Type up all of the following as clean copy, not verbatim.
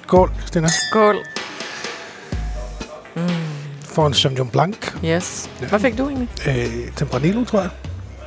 Skål, Christina. Skål. For en Sauvignon Blanc. Yes. Ja. Hvad fik du egentlig? Tempranillo, tror jeg.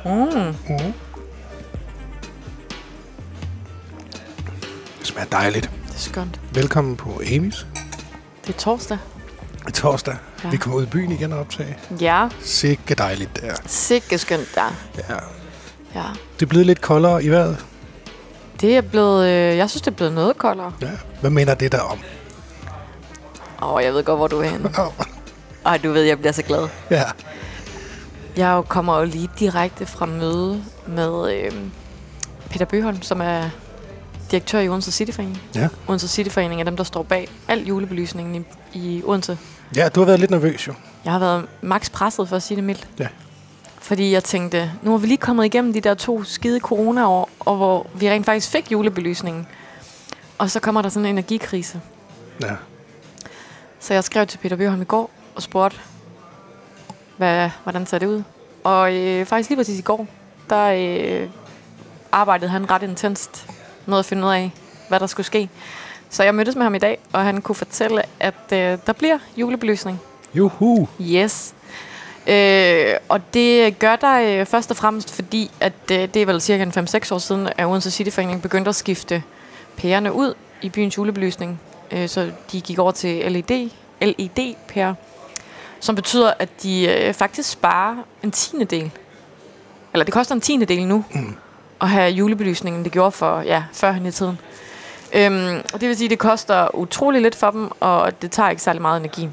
Det smager dejligt. Det er skønt. Velkommen på Amy's. Det er torsdag. Torsdag. Ja. Vi kommer ud i byen igen og optage. Ja. Sikke dejligt der. Sikke skønt der. Ja. Det er blevet lidt koldere i vejret. Det er blevet... jeg synes, det er blevet noget koldere. Ja. Hvad mener det der om? Jeg ved godt, hvor du er henne. Ej, du ved, jeg bliver så glad. Ja. Jeg kommer jo lige direkte fra møde med Peter Bøholm, som er direktør i Odense Cityforening. Ja. Odense Cityforening er dem, der står bag al julebelysningen i Odense. Ja, du har været lidt nervøs jo. Jeg har været max presset, for at sige det mildt. Ja. Fordi jeg tænkte, nu har vi lige kommet igennem de der 2 skide corona-år, og hvor vi rent faktisk fik julebelysningen. Og så kommer der sådan en energikrise. Ja. Så jeg skrev til Peter Bøholm i går og spurgte, hvordan ser det ud? Og faktisk lige præcis i går, der arbejdede han ret intenst med at finde ud af, hvad der skulle ske. Så jeg mødtes med ham i dag, og han kunne fortælle, at der bliver julebelysning. Juhu! Yes. Og det gør der først og fremmest, fordi at det er vel cirka 5-6 år siden, at Odense Cityforening begyndte at skifte pærerne ud i byens julebelysning. Så de gik over til LED-pærer, som betyder, at de faktisk sparer en 10. Eller det koster en 10. nu at have julebelysningen, det gjorde for, førhen i tiden. Og det vil sige, at det koster utrolig lidt for dem, og det tager ikke særlig meget energi.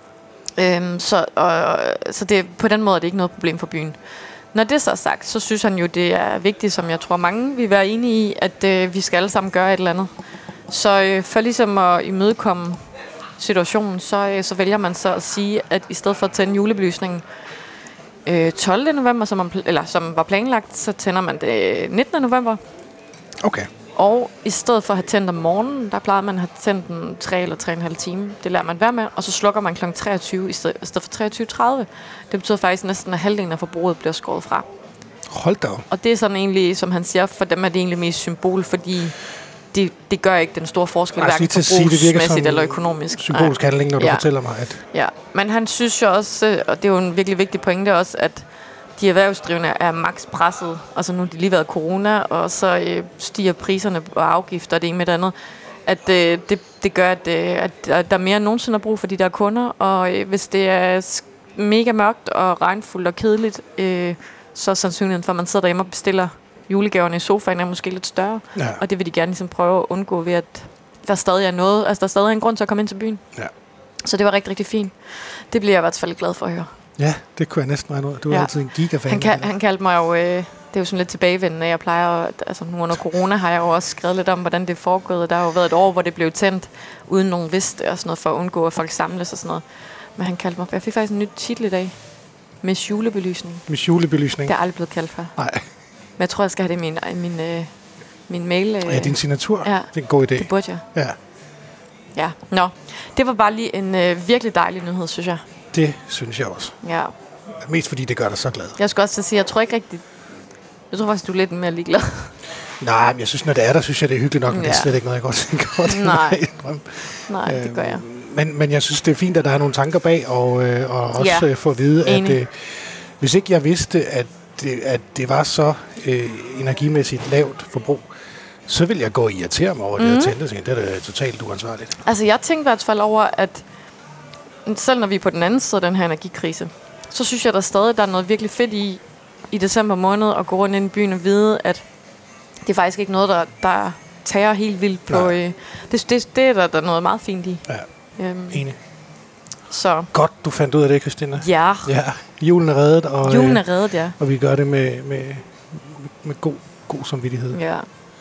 Så det, på den måde er det ikke noget problem for byen. Når det så er sagt, så synes han jo, det er vigtigt, som jeg tror mange vil være enige i, at vi skal alle sammen gøre et eller andet. Så for ligesom at imødekomme situationen, så vælger man så at sige, at i stedet for at tænde julebelysningen 12. november, som var planlagt, så tænder man det 19. november. Okay. Og i stedet for at have tændt om morgenen, der plejede man at have tændt den 3 eller 3,5 time. Det lader man være med, og så slukker man kl. 23 i stedet for 23.30. Det betyder faktisk næsten, at halvdelen af forbruget bliver skåret fra. Hold da. Og det er sådan egentlig, som han siger, for dem er det egentlig mest symbol, fordi det gør ikke den store forskel, hverken forbrugsmæssigt eller økonomisk. Symbolsk handling, når du fortæller mig, at... Ja, men han synes jo også, og det er jo en virkelig vigtig pointe også, at de erhvervsdrivende er maks presset. Altså nu har de lige været corona, og så stiger priserne og afgifter, det ene med det andet. At det gør, at der er mere end nogensinde brug for de der kunder, og hvis det er mega mørkt og regnfuldt og kedeligt, så er sandsynligheden for, at man sidder derhjemme og bestiller julegaverne i sofaen er måske lidt større. Ja. Og det vil de gerne ligesom prøve at undgå ved, at der stadig er noget, altså der stadig er en grund til at komme ind til byen. Ja. Så det var rigtig, rigtig fint. Det bliver jeg i hvert fald glad for at høre. Ja, det kunne jeg næsten regne ud. Du er altid en gigafan. Han kaldte mig jo, det er jo sådan lidt tilbagevendende. Jeg plejer, altså nu under corona har jeg jo også skrevet lidt om, hvordan det er foregået. Der har jo været et år, hvor det blev tændt, uden nogen vidste og sådan noget, for at undgå, at folk samles og sådan noget. Men han kaldte mig, jeg fik faktisk en ny titel i dag. Miss Julebelysning. Miss Julebelysning. Det er aldrig blevet kaldt for. Nej. Men jeg tror, jeg skal have det i min mail. Ja, din signatur. Ja, det er en god idé. Det burde jeg. Ja. Ja, nå. Det var bare lige en virkelig dejlig nyhed, synes jeg. Det synes jeg også. Ja. Mest fordi det gør dig så glad. Jeg skal også sige, jeg tror ikke rigtigt... Jeg tror faktisk, du er lidt mere ligeglad. Nej, men jeg synes, når det er der, synes jeg, det er hyggeligt nok, men det er slet ikke noget, jeg godt tænker over. Nej, det gør jeg. Men jeg synes, det er fint, at der er nogle tanker bag, og også få at vide, at hvis ikke jeg vidste, at det var så energimæssigt lavt forbrug, så vil jeg gå og irritere mig over det her tændte. Det er da totalt uansvarligt. Altså, jeg tænkte i hvert fald over, at selv når vi er på den anden side af den her energikrise, så synes jeg, der stadig der er noget virkelig fedt i december måned at gå rundt ind i byen og vide, at det er faktisk ikke noget, der tager helt vildt på... det er der noget meget fint i. Ja, enig. Så. Godt, du fandt ud af det, Christina. Ja. Julen er reddet. Og, julen er reddet, ja. Og vi gør det med god samvittighed. Ja.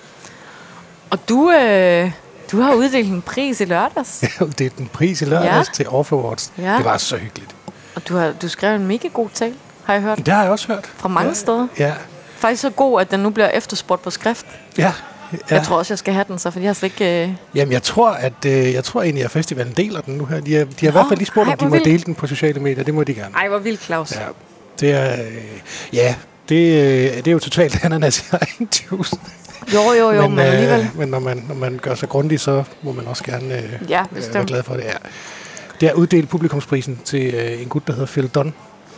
Og du har uddelt en pris i lørdags. Jeg har uddelt en pris i lørdags til Overforwards. Ja. Det var så hyggeligt. Og du skrev en mega god tale, har jeg hørt. Det har jeg også hørt. Fra mange steder. Ja. Faktisk så god, at den nu bliver efterspurgt på skrift. Ja. Jeg tror også, jeg skal have den, så, for jeg har slet ikke... Jamen, jeg tror egentlig, at festivalen deler den nu her. De har i hvert fald lige spurgt, om de må dele den på sociale medier. Det må de gerne. Ej, hvor vildt, Claus. Ja, det er... det er jo totalt ananas i egen juice. Jo, men alligevel. Men når man gør sig grundigt, så må man også gerne være glad for det. Ja. Det er uddelt publikumsprisen til en gut, der hedder Phil Dunn.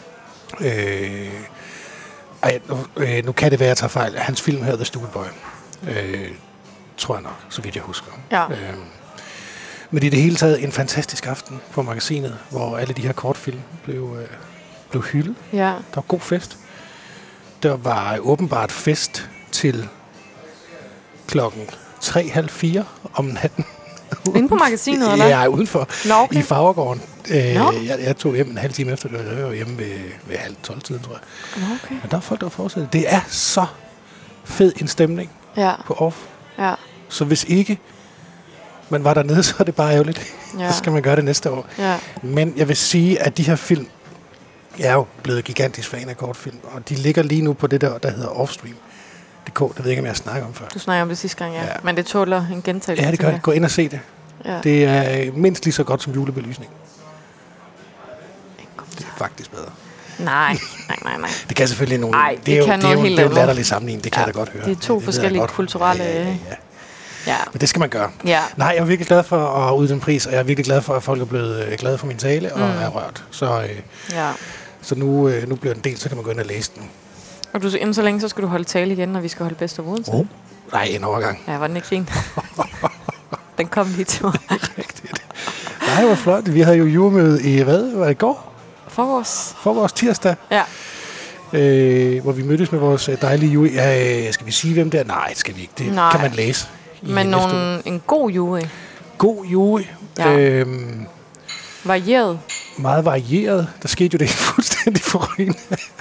Nu kan det være, at jeg tager fejl. Hans film hedder The Stupid Boy. Tror jeg nok, så vidt jeg husker. Ja. Men i det hele taget en fantastisk aften på magasinet, hvor alle de her kortfilm blev hyldet. Ja. Der var god fest. Der var åbenbart fest til klokken 3:30 om natten. Inde på magasinet, eller? Ja, udenfor. Okay. I Farvergården. Jeg tog hjem en halv time efter, det var hjemme ved 11:30, tror jeg. Okay. Men der er folk, der fortsætter. Det er så fed en stemning på off. Ja. Så hvis ikke man var dernede, så er det bare ærgerligt. Ja. Så skal man gøre det næste år. Ja. Men jeg vil sige, at de her film, jeg er jo blevet gigantisk fan af kortfilm, og de ligger lige nu på det der hedder Offstream.dk. Det ved jeg ikke, om jeg snakker om før. Du snakker om det sidste gang, ja. Men det tåler en gentagelse. Ja, det gør. Gå ind og se det. Ja. Det er mindst lige så godt som julebelysning. Det er faktisk bedre. Nej. Det kan selvfølgelig nogle... Nej, det er jo en latterlig sammenligning, det kan jeg da godt høre. Det er to forskellige kulturelle... Ja. Men det skal man gøre. Ja. Nej, jeg er virkelig glad for at uddele en pris, og jeg er virkelig glad for, at folk er blevet glade for min tale og er rørt. Så nu bliver den del, så kan man gå ind og læse den. Og du inden så længe, så skal du holde tale igen, når vi skal holde bedst af Odense. Nej, en overgang. Ja, var den ikke fin? Den kom lige til mig. Rigtigt. Nej, hvor flot. Vi havde jo juremøde i, var det i går? Forgårs tirsdag. Ja. Hvor vi mødtes med vores dejlige jury. Skal vi sige, hvem det er? Nej, det skal vi ikke. Det kan man læse. Men en god jury. God jury. Ja. Varieret. Meget varieret. Der skete jo det fuldstændig forrygende.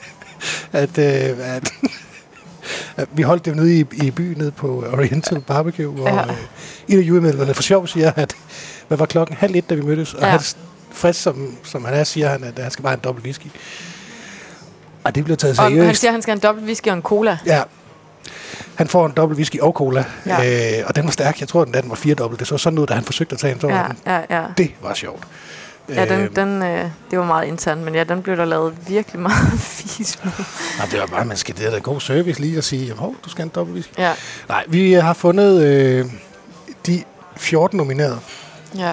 at vi holdt det nede i byen, nede på Oriental Barbecue, hvor en af jurymedlemmerne for sjov siger, at hvad var klokken 1:30, da vi mødtes, og han frisk som han er, siger han, at han skal bare have en dobbelt whisky. Og det bliver taget seriøst. Og han siger, at han skal have en dobbelt whisky og en cola. Ja. Han får en dobbelt whisky og cola, og den var stærk. Jeg tror, den var 4 dobbelt. Det så sådan ud, da han forsøgte at tage en tår. Ja. Det var sjovt. Ja, det var meget internt, men den blev der lavet virkelig meget fis med. Nej, det var bare, man skal det der god service lige at sige, du skal have en dobbelt whisky. Ja. Nej, vi har fundet de 14 nominerede. Ja.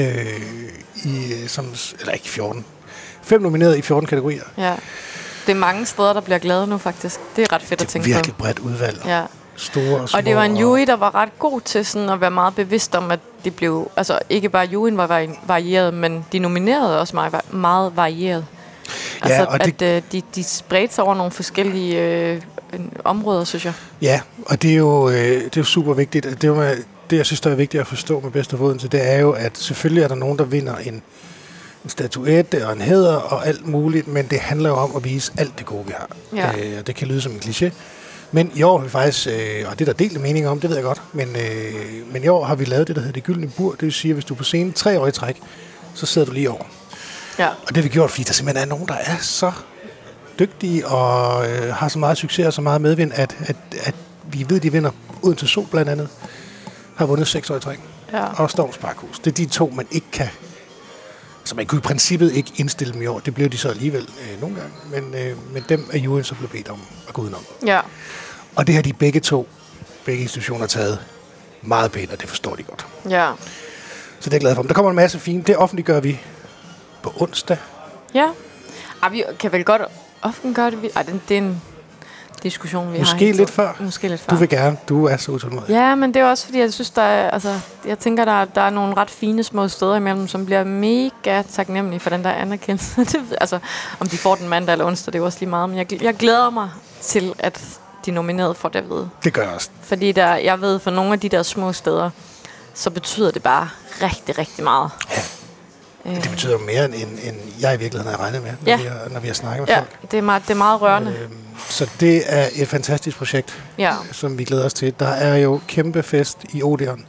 Eller ikke 14. 5 nomineret i 14 kategorier. Ja. Det er mange steder, der bliver glade nu, faktisk. Det er ret fedt at tænke på. Det er virkelig bredt udvalg. Ja. Store og små. Og det var en jury, der var ret god til sådan at være meget bevidst om, at det blev... Altså, ikke bare juryen var varieret, men de nominerede også meget varieret. Altså, ja, at de spredte sig over nogle forskellige områder, synes jeg. Ja, og det er jo super vigtigt. Det, jeg synes, der er vigtigt at forstå med Bedst af Odense, det er jo, at selvfølgelig er der nogen, der vinder en statuette og en hæder og alt muligt, men det handler jo om at vise alt det gode, vi har. Ja. Og det kan lyde som en kliché. Men i år har vi faktisk, og det er der delte meninger om, det ved jeg godt, men i år har vi lavet det, der hedder Det Gyldne Bur. Det vil sige, at hvis du er på scenen 3 år i træk, så sidder du lige over. Ja. Og det har vi gjort, fordi der simpelthen er nogen, der er så dygtige og har så meget succes og så meget medvind, at vi ved, de vinder. Odense Zoo blandt andet har vundet 6 år i træk. Ja. Og Storms Parkhus. Det er de 2, man ikke kan... Så man kunne i princippet ikke indstille dem i år. Det blev de så alligevel nogle gange. Men dem er juryen så blevet bedt om at gå udenom. Ja. Og det har de begge institutioner taget meget pænt, og det forstår de godt. Ja. Så det er jeg glad for. Men der kommer en masse fint. Det offentliggør vi på onsdag. Ja. Vi kan vel godt offentliggøre det. Det er en diskussion, vi Måske har. Lidt før. Måske lidt før. Du vil gerne. Du er så utålmodig. Ja, men det er også fordi, jeg synes, jeg tænker, der er nogle ret fine små steder imellem, som bliver mega taknemmelige for den der anerkendelse. Altså, om de får den mandag eller onsdag, det er også lige meget. Men jeg glæder mig til, at de nominerede får det at vide. Det gør jeg også. Fordi jeg ved, for nogle af de der små steder, så betyder det bare rigtig, rigtig meget. Ja. Det betyder jo mere, end jeg i virkeligheden har regnet med, når vi har snakket med folk. Det er meget rørende. Så det er et fantastisk projekt, som vi glæder os til. Der er jo kæmpe fest i Odeon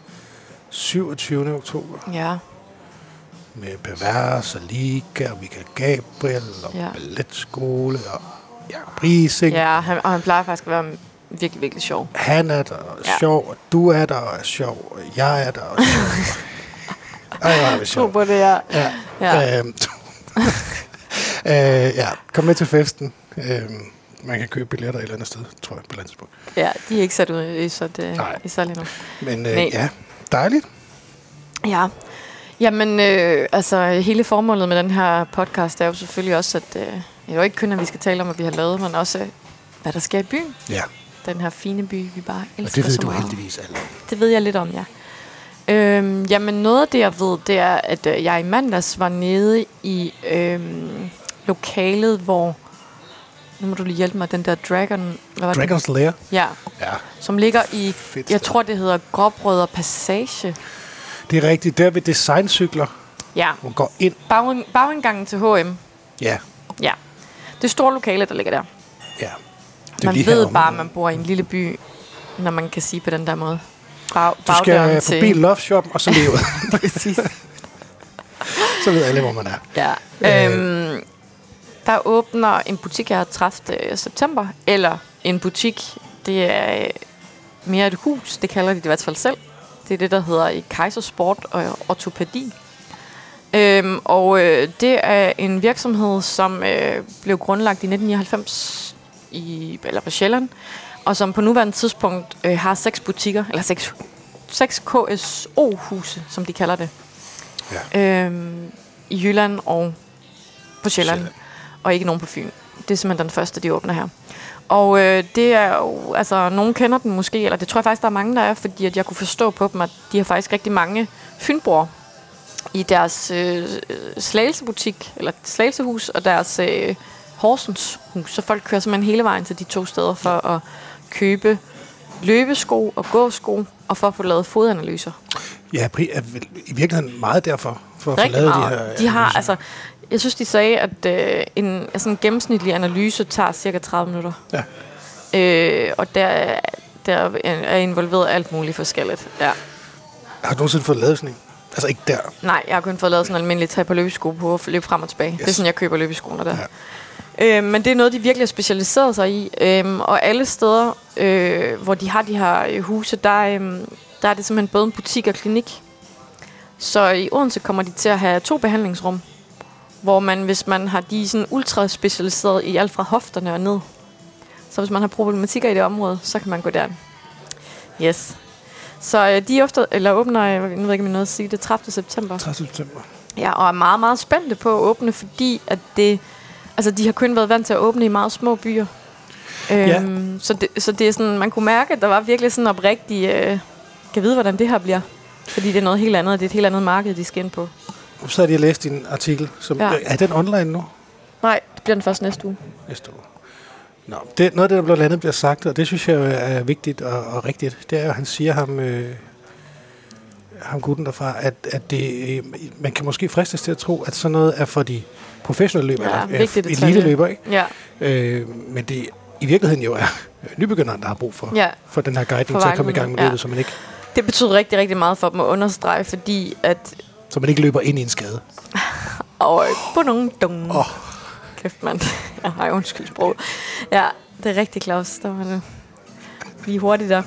27. oktober. Ja. Med Pervers og Liga og Michael Gabriel og balletskole og Rising. Ja, og han plejer faktisk at være virkelig, virkelig sjov. Han er der og sjov, og du er der og sjov, og jeg er der og sjov. Ej, hvor er det sjov. På det, ja. Kom med til festen. man kan købe billetter et eller andet sted, tror jeg, på Landspunkt. Ja, de er ikke sat ud i så lige nu. Men ja, dejligt. Ja. Jamen, altså hele formålet med den her podcast er jo selvfølgelig også, at det er jo ikke kun, at vi skal tale om, hvad vi har lavet, men også, hvad der sker i byen. Ja. Den her fine by, vi bare elsker. Og det ved så du meget. heldigvis alt. Det ved jeg lidt om, ja. Jamen, noget af det, jeg ved, det er, at jeg i mandags var nede i lokalet, hvor... Nu må du lige hjælpe mig, den der Dragon's Lair? Ja. Som ligger i... Fedt jeg sted. tror, det hedder Gråbrødre Passage. Det er rigtigt. Der ved designcykler, Ja. hvor man går ind. Bagindgangen til H&M. Ja. Ja. Det store lokale, der ligger der. Ja. Man ved bare, at man bor i en lille by, når man kan sige på den der måde. Du skal forbi Love Shop, og så leve. Præcis. Så ved alle, hvor man er. Ja. Der åbner en butik her 30. september. Eller en butik, det er mere et hus, det kalder de det i hvert fald selv. Det er det, der hedder Kaisersport og ortopædi. Det er en virksomhed, som blev grundlagt i 1999 på Sjælland, og som på nuværende tidspunkt har 6 butikker, eller 6 KSO-huse, som de kalder det, i Jylland og på Sjælland, og ikke nogen på Fyn. Det er simpelthen den første, de åbner her. Og det er jo, altså, nogen kender den måske, eller det tror jeg faktisk, der er mange, der er, fordi at jeg kunne forstå på dem, at de har faktisk rigtig mange fynboer i deres Slagelsebutik, eller Slagelsehus, og deres Horsens hus. Så folk kører simpelthen hele vejen til de 2 steder for at købe løbesko og gåsko, og for at få lavet fodanalyser. Ja, i virkeligheden meget derfor, for at rigtig få lavet meget. de her De har, analyser. altså, jeg synes, de sagde, at en gennemsnitlig analyse tager cirka 30 minutter. Ja. Og der er involveret alt muligt forskelligt. Ja. Har du nogensinde fået lavet sådan en? Altså ikke der? Nej, jeg har kun fået lavet sådan en almindelig tag på løbesko på at løbe frem og tilbage. Yes. Det er sådan, jeg køber løbeskoene der. Ja. Men det er noget, de virkelig har specialiseret sig i. Og alle steder, hvor de har de her huse, der er det simpelthen både en butik og klinik. Så i Odense kommer de til at have 2 behandlingsrum, hvor man, hvis man har de sådan ultra specialiseret i alt fra hofterne og ned, så hvis man har problematikker i det område, så kan man gå der. Yes. Så de åbner, jeg ved ikke, om jeg nåede at sige det, 30. september. 30. september. Ja, og er meget, meget spændte på at åbne, fordi at de har kun været vant til at åbne i meget små byer. Så det er sådan, man kunne mærke, at der var virkelig sådan oprigtigt, kan vide, hvordan det her bliver. Fordi det er noget helt andet, det er et helt andet marked, de skal ind på. Så har jeg læst din artikel. Er den online nu? Nej, det bliver den først næste uge. Næste uge. Nå, noget af det, der blandt andet bliver sagt, og det synes jeg er vigtigt og rigtigt, det er, at han siger ham gutten derfra, at det, man kan måske fristes til at tro, at sådan noget er for de professionelle løbere, eller elite-løbere, ikke? Ja. Men det i virkeligheden jo er nybegynderne, der har brug for den her guiding til at komme i gang med løbet, så man ikke... Det betyder rigtig, rigtig meget for dem at understrege, fordi at... Så man ikke løber ind i en skade. På nogle dumme... Kæft, mand. Jeg undskyld sprog. Ja, det er rigtig Claus. Der var det lige hurtigt der.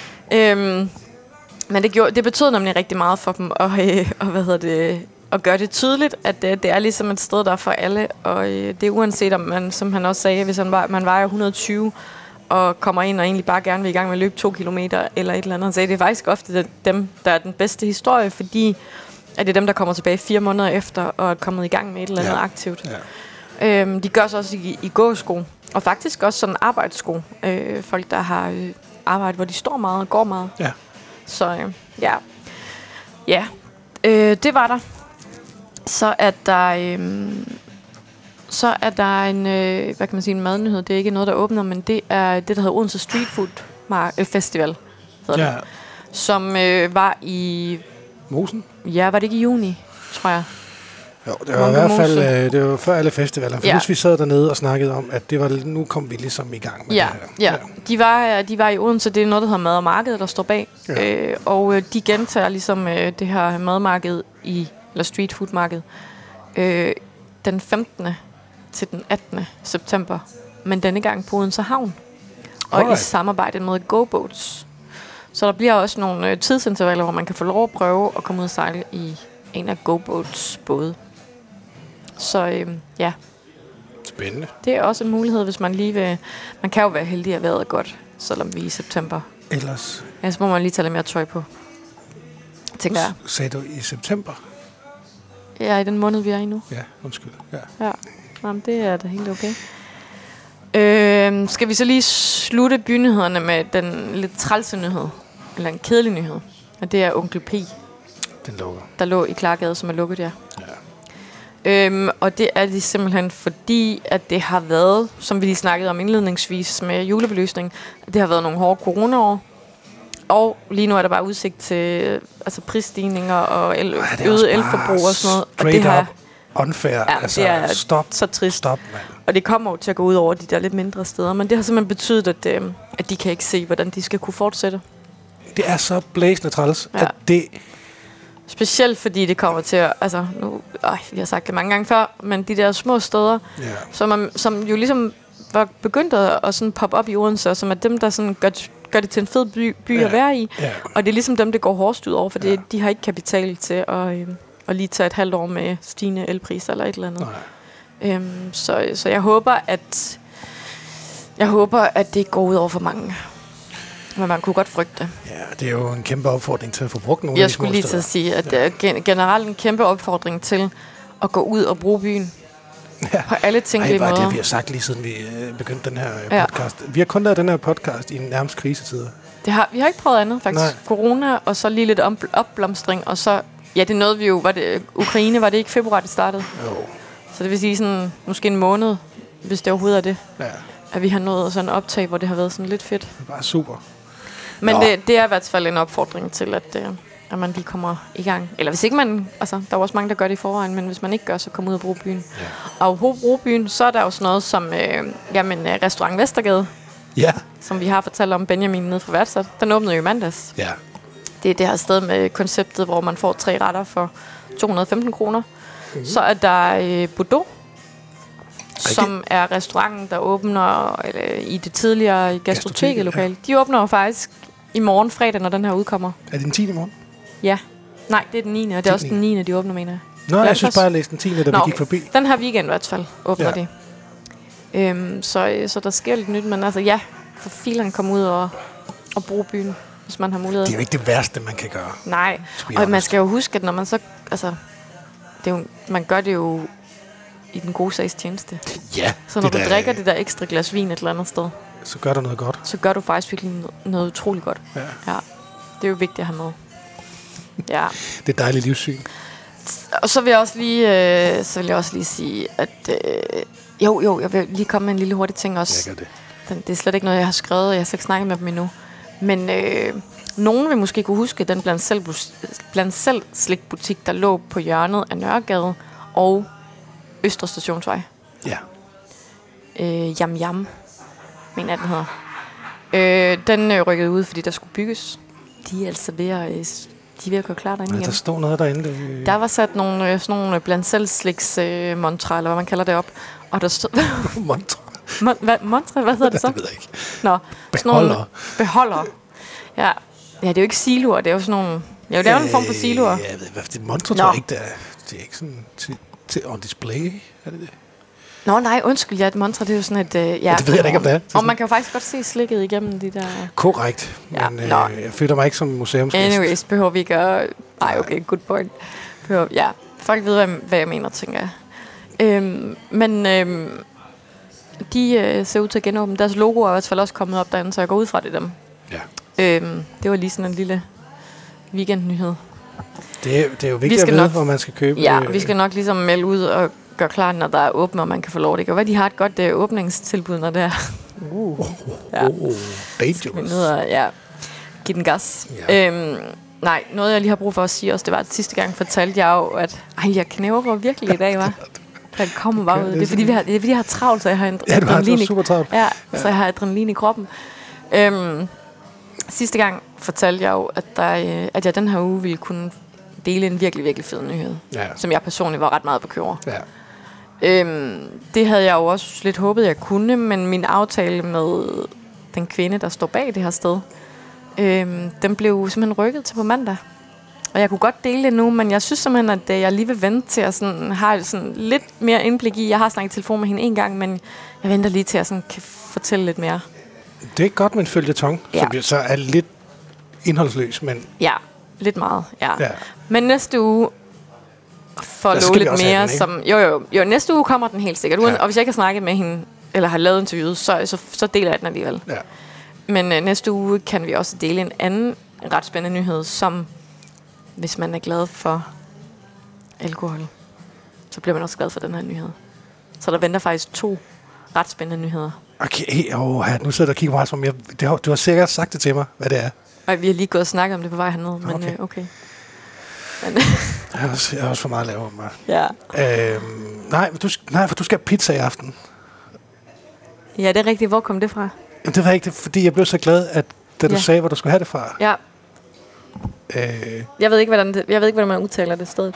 Men det betød nemlig rigtig meget for dem at gøre det tydeligt, at det er ligesom et sted, der er for alle. Og det er uanset om man, som han også sagde, hvis man vejer 120 og kommer ind og egentlig bare gerne vil i gang med at løbe 2 kilometer eller et eller andet. Han sagde, det er faktisk ofte dem, der er den bedste historie, fordi at det er dem, der kommer tilbage 4 måneder efter og er kommet i gang med et eller andet aktivt. Ja. De gør så også i gåsko, og faktisk også sådan arbejdssko. Folk, der har arbejde, hvor de står meget og går meget. Ja. Så det var der. Så er der en, hvad kan man sige, en madnyhed. Det er ikke noget, der åbner, men det er det, der hedder Odense Street Food Festival. Det, som var i... Mosen? Ja, var det ikke i juni, tror jeg. Jo, det var i hvert fald det var før alle festivaler. For hvis vi sad dernede og snakkede om, at det var, nu kom vi ligesom i gang med det her. Ja, de var i Odense, det er noget, der hedder Mad og Marked, der står bag. Ja. Og de gentager ligesom det her madmarked eller street food marked den 15. til den 18. september. Men denne gang på Odense Havn. Og i samarbejde med GoBoats. Så der bliver også nogle tidsintervaller, hvor man kan få lov at prøve at komme ud og sejle i en af GoBoats både. Så Spændende. Det er også en mulighed, hvis man lige vil... Man kan jo være heldig at vejret er godt, selvom vi er i september. Ellers Ja, så må man lige tage lidt mere tøj på, tænker jeg. sagde du i september? Ja, i den måned, vi er i nu. Ja, undskyld. Ja. Jamen, det er da helt okay. Skal vi så lige slutte bynyhederne med den lidt trælse nyhed? Eller en kedelig nyhed. Og det er Onkel P. Den lukker. Der lå i Klargade, som er lukket, ja. Og det er det simpelthen fordi, at det har været, som vi lige snakkede om indledningsvis med julebelysning, det har været nogle hårde coronaår. Og lige nu er der bare udsigt til prisstigninger og øget elforbrug og sådan noget. Og det her unfair. Ja, altså, det er stop, så trist. Stop, man. Og det kommer jo til at gå ud over de der lidt mindre steder. Men det har simpelthen betydet, at de kan ikke se, hvordan de skal kunne fortsætte. Det er så blæsende træls, at det... Specielt fordi det kommer til at... Altså, vi har sagt det mange gange før, men de der små steder, som jo ligesom var begyndt at sådan poppe op i Odense, som er dem, der sådan gør det til en fed by at være i. Ja. Og det er ligesom dem, det går hårdest ud over, for de har ikke kapital til at lige tage et halvt år med stigende elpriser eller et eller andet. Så jeg håber, at det ikke går ud over for mange. Men man kunne godt frygte det. Ja, det er jo en kæmpe opfordring til at få brugt nogle af de små steder. Jeg skulle lige til at sige, at det er generelt en kæmpe opfordring til at gå ud og bruge byen. Ja. På alle tænkelige måder. Det vi har sagt lige siden vi begyndte den her podcast. Vi har kun lavet den her podcast i nærmest krisetider. Vi har ikke prøvet andet, faktisk. Nej. Corona, og så lige lidt opblomstring, og så... Ja, det nåede vi jo. Ukraine, var det ikke februar, det startede? Jo. Så det vil sige sådan, måske en måned, hvis det overhovedet er det. Ja. At vi har nået sådan en optag, hvor det har været sådan lidt fedt. Det er bare super. Men det er i hvert fald en opfordring til, at man lige kommer i gang. Eller hvis ikke man... Altså, der er også mange, der gør det i forvejen, men hvis man ikke gør, så kom ud og bruge byen. Ja. Og bruge byen, så er der jo sådan noget som Restaurant Vestergade. Ja. Som vi har fortalt om Benjamin nede fra Værtsat. Den åbnede jo i mandags. Ja. Det er det her sted med konceptet, hvor man får 3 retter for 215 kroner. Mm-hmm. Så er der Bordeaux, som er restauranten, der åbner i det tidligere gastroteket-lokale. De åbner jo faktisk i morgen fredag, når den her udkommer. Er det den 10. morgen? Ja. Nej, det er den 9. Og det er også den 9. de åbner, mener jeg. Nå, jeg synes bare, jeg læste den 10. da vi gik forbi. Den her weekend i hvert fald åbner de. Så der sker lidt nyt, men altså for filerne komme ud og bruge byen, hvis man har mulighed. Det er jo ikke det værste, man kan gøre. Nej, og man skal jo huske, at når man så... Altså, man gør det jo i den gode sags tjeneste. Ja. Så når du drikker det der ekstra glas vin et eller andet sted, så gør du noget godt. Så gør du faktisk virkelig noget utroligt godt. Ja. Det er jo vigtigt at have med. Ja. Det er dejligt livssyn. Og så vil jeg også lige, sige, at jeg vil lige komme med en lille hurtig ting også. Det er slet ikke noget, jeg har skrevet. Jeg har slet ikke snakket med dem endnu. Men nogen vil måske kunne huske den blandt selv slikbutik, der lå på hjørnet af Nørregade og Østre Stationsvej. Ja. Yam Yam, mener jeg, den hedder. Den rykkede ud, fordi der skulle bygges. De er altså ved at gå klar derinde igen. Der stod noget derinde. Der var sat sådan nogle blandt selv sliks montre, eller hvad man kalder det op. Og der stod... Montre? Montre? Hvad hedder det så? Det ved jeg ikke. Nå, beholder. Ja, det er jo ikke siloer, det er jo sådan nogle... Ja, det er jo en form for siloer. Jeg ved hvad, det montre tror jeg ikke, det er ikke sådan til on display, er det? Nå nej, undskyld, et montre, det er jo sådan et... det ved jeg ikke, om det er. Og man kan jo faktisk godt se slikket igennem de der... Korrekt, men jeg føler mig ikke som museumsgæst. Anyways, behøver vi ikke at... Ej, okay, good point. Folk ved, hvad jeg mener, tænker jeg. Men de ser ud til at genåbne. Deres logo er i hvert fald også kommet op derinde, så jeg går ud fra det dem. Ja. Det var lige sådan en lille weekendnyhed. Det er jo vigtigt at vide, hvor man skal købe. Ja, vi skal nok ligesom melde ud og gøre klar, når der er åbent, og man kan få lov. Det kan være, de har et godt åbningstilbud, når det er. Dangerous. Give den gas. Ja. Nej, noget jeg lige har brug for at sige også, det var, at sidste gang fortalte jeg jo, at jeg knæver virkelig i dag, var. Den kommer bare ud. Det er fordi, jeg har travlt, så jeg har adrenalin. Super travlt. Ja, så jeg har adrenalin i kroppen. Sidste gang fortalte jeg jo, at jeg den her uge ville kunne dele en virkelig, virkelig fed nyhed, som jeg personligt var ret meget bekymret. Ja. Det havde jeg jo også lidt håbet, jeg kunne, men min aftale med den kvinde, der står bag det her sted, den blev simpelthen rykket til på mandag. Og jeg kunne godt dele det nu, men jeg synes simpelthen, at jeg lige vil vente til at sådan, have sådan lidt mere indblik i. Jeg har snakket i telefon med hende en gang, men jeg venter lige til at sådan, kan fortælle lidt mere. Det er godt med en føljeton, som så er lidt indholdsløs, men... Ja, lidt meget, ja. Men næste uge, for at love lidt mere, den, som... Jo, næste uge kommer den helt sikkert. Og hvis jeg ikke har snakket med hende, eller har lavet interviewet, så deler jeg den alligevel. Ja. Men næste uge kan vi også dele en anden ret spændende nyhed, som... Hvis man er glad for alkohol, så bliver man også glad for den her nyhed. Så der venter faktisk 2 ret spændende nyheder. Okay, nu sidder der og kigger på mig, som du har sikkert sagt det til mig, hvad det er. Og vi har lige gået og snakket om det på vej hernede, men okay. Men jeg har også for meget at lave om mig. Ja. For du skal have pizza i aften. Ja, det er rigtigt. Hvor kom det fra? Jamen, det var ikke det, fordi jeg blev så glad, at da du sagde, hvor du skulle have det fra. Ja. Jeg ved ikke, hvordan man udtaler det sted.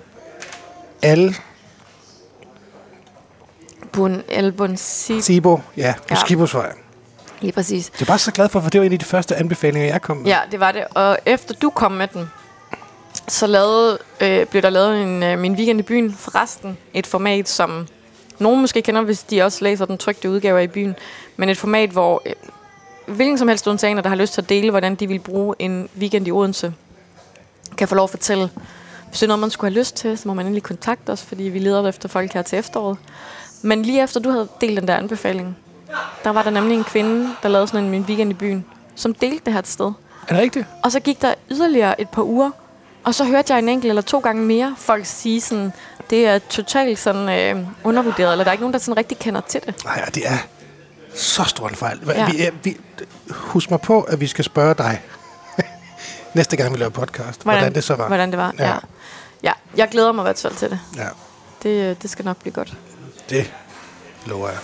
Sibo, ja, på Skibosvej. Lige præcis. Det er bare så glad for det var en af de første anbefalinger, jeg kom med. Ja, det var det. Og efter du kom med den, så blev der lavet min weekend i byen. Forresten et format, som nogen måske kender, hvis de også læser den trykte udgave i byen. Men et format, hvor hvilken som helst undtagener, der har lyst til at dele, hvordan de vil bruge en weekend i Odense, kan få lov at fortælle. Hvis det er noget, man skulle have lyst til, så må man endelig kontakte os, fordi vi leder efter folk her til efteråret. Men lige efter du havde delt den der anbefaling, der var der nemlig en kvinde, der lavede sådan en weekend i byen, som delte det her et sted. Er det rigtigt? Og så gik der yderligere et par uger, og så hørte jeg en enkelt eller 2 gange mere folk sige sådan, det er totalt sådan undervurderet, eller der er ikke nogen, der sådan rigtig kender til det. Nej, det er så stor en fejl. Husk mig på, at vi skal spørge dig næste gang, vi laver podcast, hvordan det så var. Hvordan det var, ja. Jeg glæder mig i hvert fald til det. Ja. Det skal nok blive godt. Det lover jeg.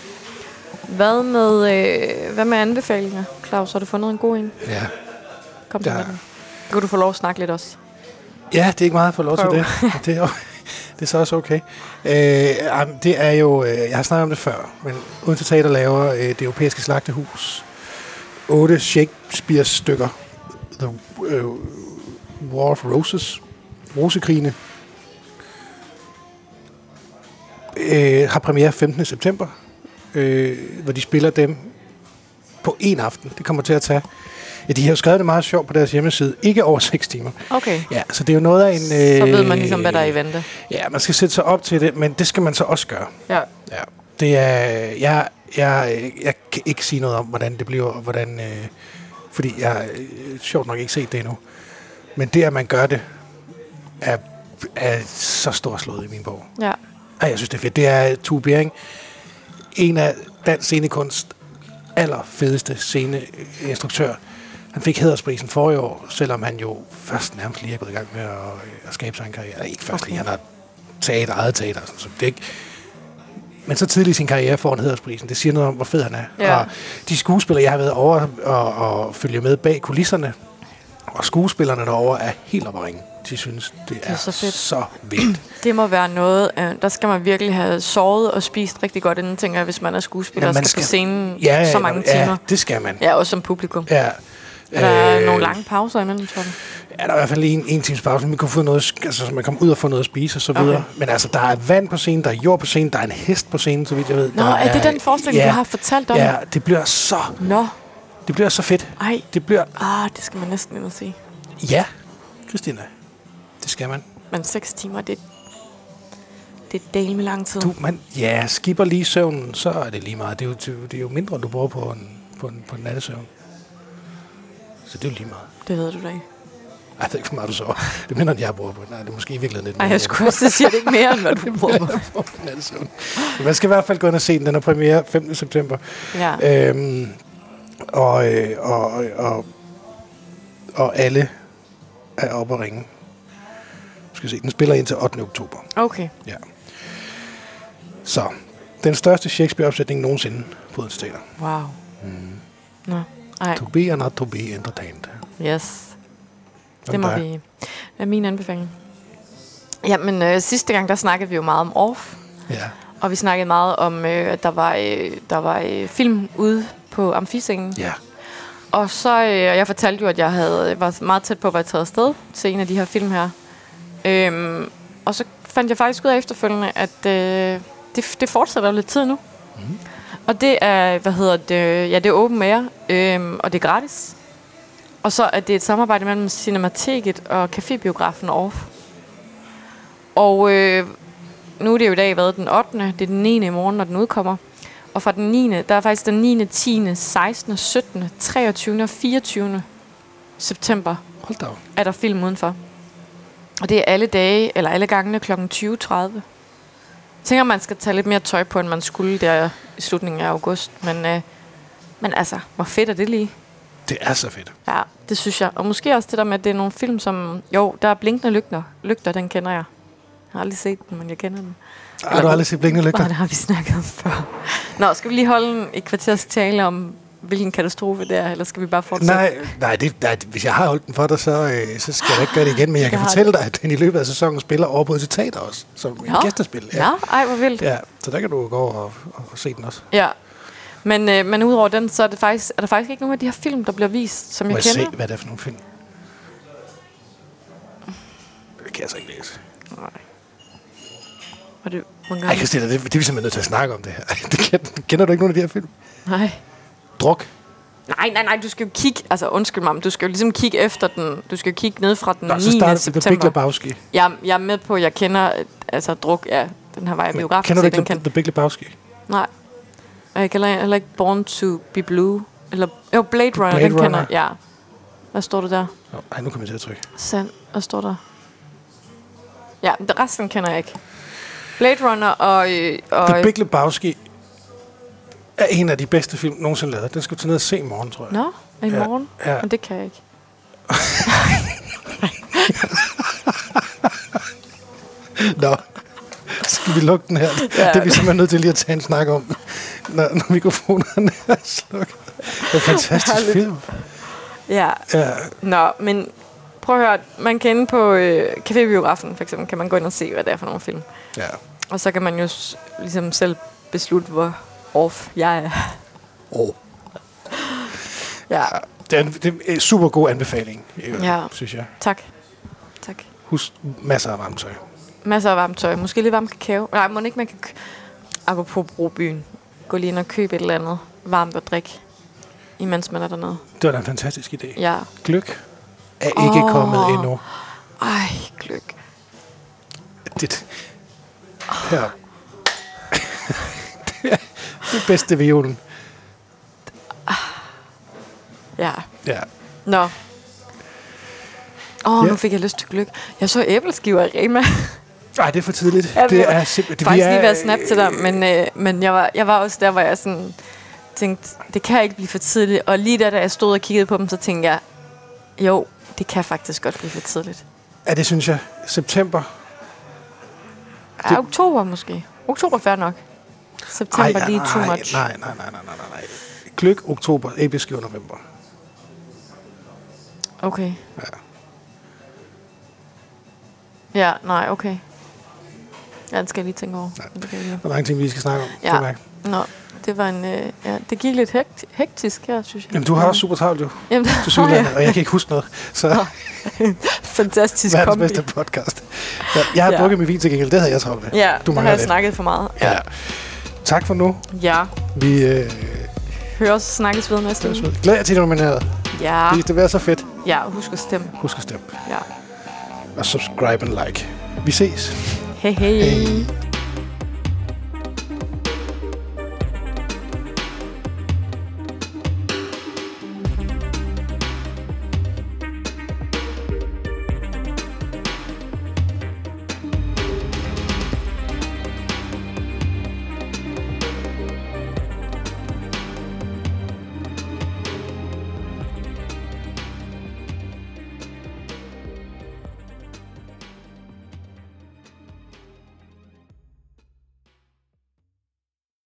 Hvad med anbefalinger, Claus? Har du fundet en god en? Ja. Kom med den. Kan du få lov at snakke lidt også? Ja, det er ikke meget at få lov til det. Det er så også okay. Det er jo, jeg har snakket om det før, men Odense Teater laver det europæiske slagtehus 8 Shakespeare-stykker. The War of Roses, Rosekrigene, har premiere 15. september, hvor de spiller dem på en aften. Det kommer til at tage... Ja, de har jo skrevet det meget sjovt på deres hjemmeside. Ikke over 6 timer. Okay. Ja, så det er jo noget af en... så ved man ligesom, hvad der er i vente. Ja, man skal sætte sig op til det, men det skal man så også gøre. Ja. Det er... Jeg kan ikke sige noget om, hvordan det bliver, og hvordan... fordi jeg har sjovt nok ikke set det endnu. Men det, at man gør det, er så storslået i min bog. Ja. Jeg synes, det er fedt. Det er Tue Bering, en af dansk scenekunst allerfedeste sceneinstruktør. Han fik hædersprisen forrige år, selvom han jo først nærmest lige er gået i gang med at skabe sig en karriere. Ikke først lige, han har eget teater. Så det er ikke... Men så tidligt i sin karriere får han hædersprisen. Det siger noget om, hvor fed han er. Ja. Og de skuespillere, jeg har været over og følge med bag kulisserne, og skuespillerne derovre er helt op at ringe. De synes, det er så vildt. Det må være noget, der skal man virkelig have sovet og spist rigtig godt inden, tænker jeg, hvis man er skuespiller og skal på scenen så mange timer. Ja, det skal man. Ja, også som publikum. Ja. Er der nogle lange pauser imellem, tror du? Ja, der er i hvert fald en times pause, man kan få noget, altså, så man kommer ud og få noget at spise og så videre. Okay. Men altså, der er vand på scenen, der er jord på scenen, der er en hest på scenen, så vidt jeg ved. Nå, er det den forestilling, du har fortalt om? Ja, det bliver så... Det bliver så fedt. Ej, det bliver... det skal man næsten ind og se. Ja, Christina. Det skal man. Men 6 timer, det er del med lang tid. Skipper lige søvnen, så er det lige meget. Det er jo mindre, du bruger på en nattesøvn. Så det er jo lige meget. Det ved du da ikke. Ej, det er ikke så meget, du sover. Det er mindre, end jeg bruger på. Nej, det er måske i virkeligheden lidt mere. Ej, jeg skulle også sige, det ikke mere, end hvad du bruger på. Man skal i hvert fald gå ind og se den. Den er premiere 15. september. Ja. Og alle er oppe at ringe. Skal se, den spiller indtil 8. oktober. Okay. Ja. Så, den største Shakespeare-opsætning nogensinde på Odense Teater. Wow. Nå. To be or not to be entertained. Yes. Det må vi... Hvad er min anbefaling? Jamen, sidste gang, der snakkede vi jo meget om Off. Ja. Og vi snakkede meget om, at der var film ude på Amfiscenen. Ja. Og så, jeg fortalte jo, at jeg var meget tæt på at være taget afsted til en af de her film her. Og så fandt jeg faktisk ud af efterfølgende, at det fortsætter lidt tid nu. Mm. Og det er, det er open air, og det er gratis. Og så er det et samarbejde mellem Cinemateket og Cafébiografen Off. Og nu er det jo i dag været den 8. Det er den 9. i morgen, når den udkommer. Og fra den 9. der er faktisk den 9., 10., 16., 17., 23. og 24. september. Hold da. Er der film udenfor. Og det er alle dage, eller alle gangene kl. 20.30. Jeg tænker, man skal tage lidt mere tøj på, end man skulle der i slutningen af august. Men altså, hvor fedt er det lige? Det er så fedt. Ja, det synes jeg. Og måske også det der med, at det er nogle film, som... Jo, der er Blinkende Lygter, den kender jeg. Jeg har aldrig set den, men jeg kender den. Har du aldrig set Blinkende Lygter? Nej, det har vi snakket om før. Nå, skal vi lige holde et kvarters tale om, hvilken katastrofe det er, eller skal vi bare fortsætte? Nej, hvis jeg har holdt den for dig, så skal jeg ikke gøre det igen. Men jeg kan fortælle dig, at den i løbet af sæsonen spiller over på et teater også, som en gæstespil. Ja, ej, hvor vildt. Ja, så der kan du gå og se den også. Ja, men udover den, så er der faktisk ikke nogen af de her film, der bliver vist, som jeg kender. Må jeg se, hvad det er for nogle film? Det kan jeg så ikke læse. Nej. Ej, Christina, det er vi simpelthen nødt til at snakke om det her. Kender du ikke nogen af de her film? Nej. Druk? Nej, du skal jo kigge, altså undskyld mig, du skal jo ligesom kigge efter den, du skal jo kigge ned fra den 9. september. september. The Big Lebowski. Jeg er med på, jeg kender, altså Druk, ja, den her var jeg biografen. Kender du ikke The Big Lebowski? Nej. Og jeg kender heller ikke Born to be Blue, eller Blade Runner, den kender jeg, ja. Hvad står der der? Ej, nu kommer jeg til at trykke. Sand, hvad står der? Ja, resten kender jeg ikke. Blade Runner og The Big Lebowski er en af de bedste film nogensinde lavet. Den skal du tage ned og se i morgen, tror jeg. Nå, i morgen? Ja. Men det kan jeg ikke. Nå, skal vi lukke den her? Ja. Det er vi simpelthen nødt til lige at tage en snak om, når mikrofonerne er slukket. Det er en fantastisk film. Ja. Nå, men prøv at høre, man kan inde på Cafébiografen, for eksempel, kan man gå ind og se, hvad det er for nogle film. Ja. Og så kan man jo ligesom selv beslutte, hvor off jeg er. Ja. Det er en super god anbefaling, synes jeg. Tak. Husk masser af varmt tøj. Masser af varmt tøj. Måske lidt varm kakao. Nej, må ikke man kan... Apropos Brobyen. Gå lige ind og købe et eller andet varmt at drikke, imens man er dernede. Det var da en fantastisk idé. Ja. Gløgg er ikke kommet endnu. Ej, gløgg. Det her. Det bedste ved julen. Ja. Ja. Nå. Nu fik jeg lyst til gløgg. Jeg så æbleskiver i Rema. Nej, det er for tidligt. Ja, det er simpelthen... faktisk lige været snap til dig, men jeg var også der, hvor jeg sådan tænkte, det kan ikke blive for tidligt. Og lige da jeg stod og kiggede på dem, så tænkte jeg, jo, det kan faktisk godt blive for tidligt. Ja, det synes jeg. September. Ja, oktober måske. Oktober fair nok. September lige too much. Nej. Gløgg, oktober, æbleskiver, november. Okay. Ja, nej, okay. Ja, det skal jeg lige tænke over. Der er mange ting, vi skal snakke om. Ja. Nå, det var det gik lidt hektisk her, synes jeg. Jamen, du har også super travlt jo. Jamen, og jeg kan ikke huske noget. Så fantastisk kombi. Verdens bedste podcast. Jeg har drukket min vin til gengæld, det havde jeg travlt med. Ja, du har jeg snakket for meget. Ja. Tak for nu. Ja. Vi høres snakkes ved næste uge. Glæder jer til de nominerede. Ja. Det vil være så fedt. Ja, husk at stemme. Ja. Og subscribe and like. Vi ses. Hej.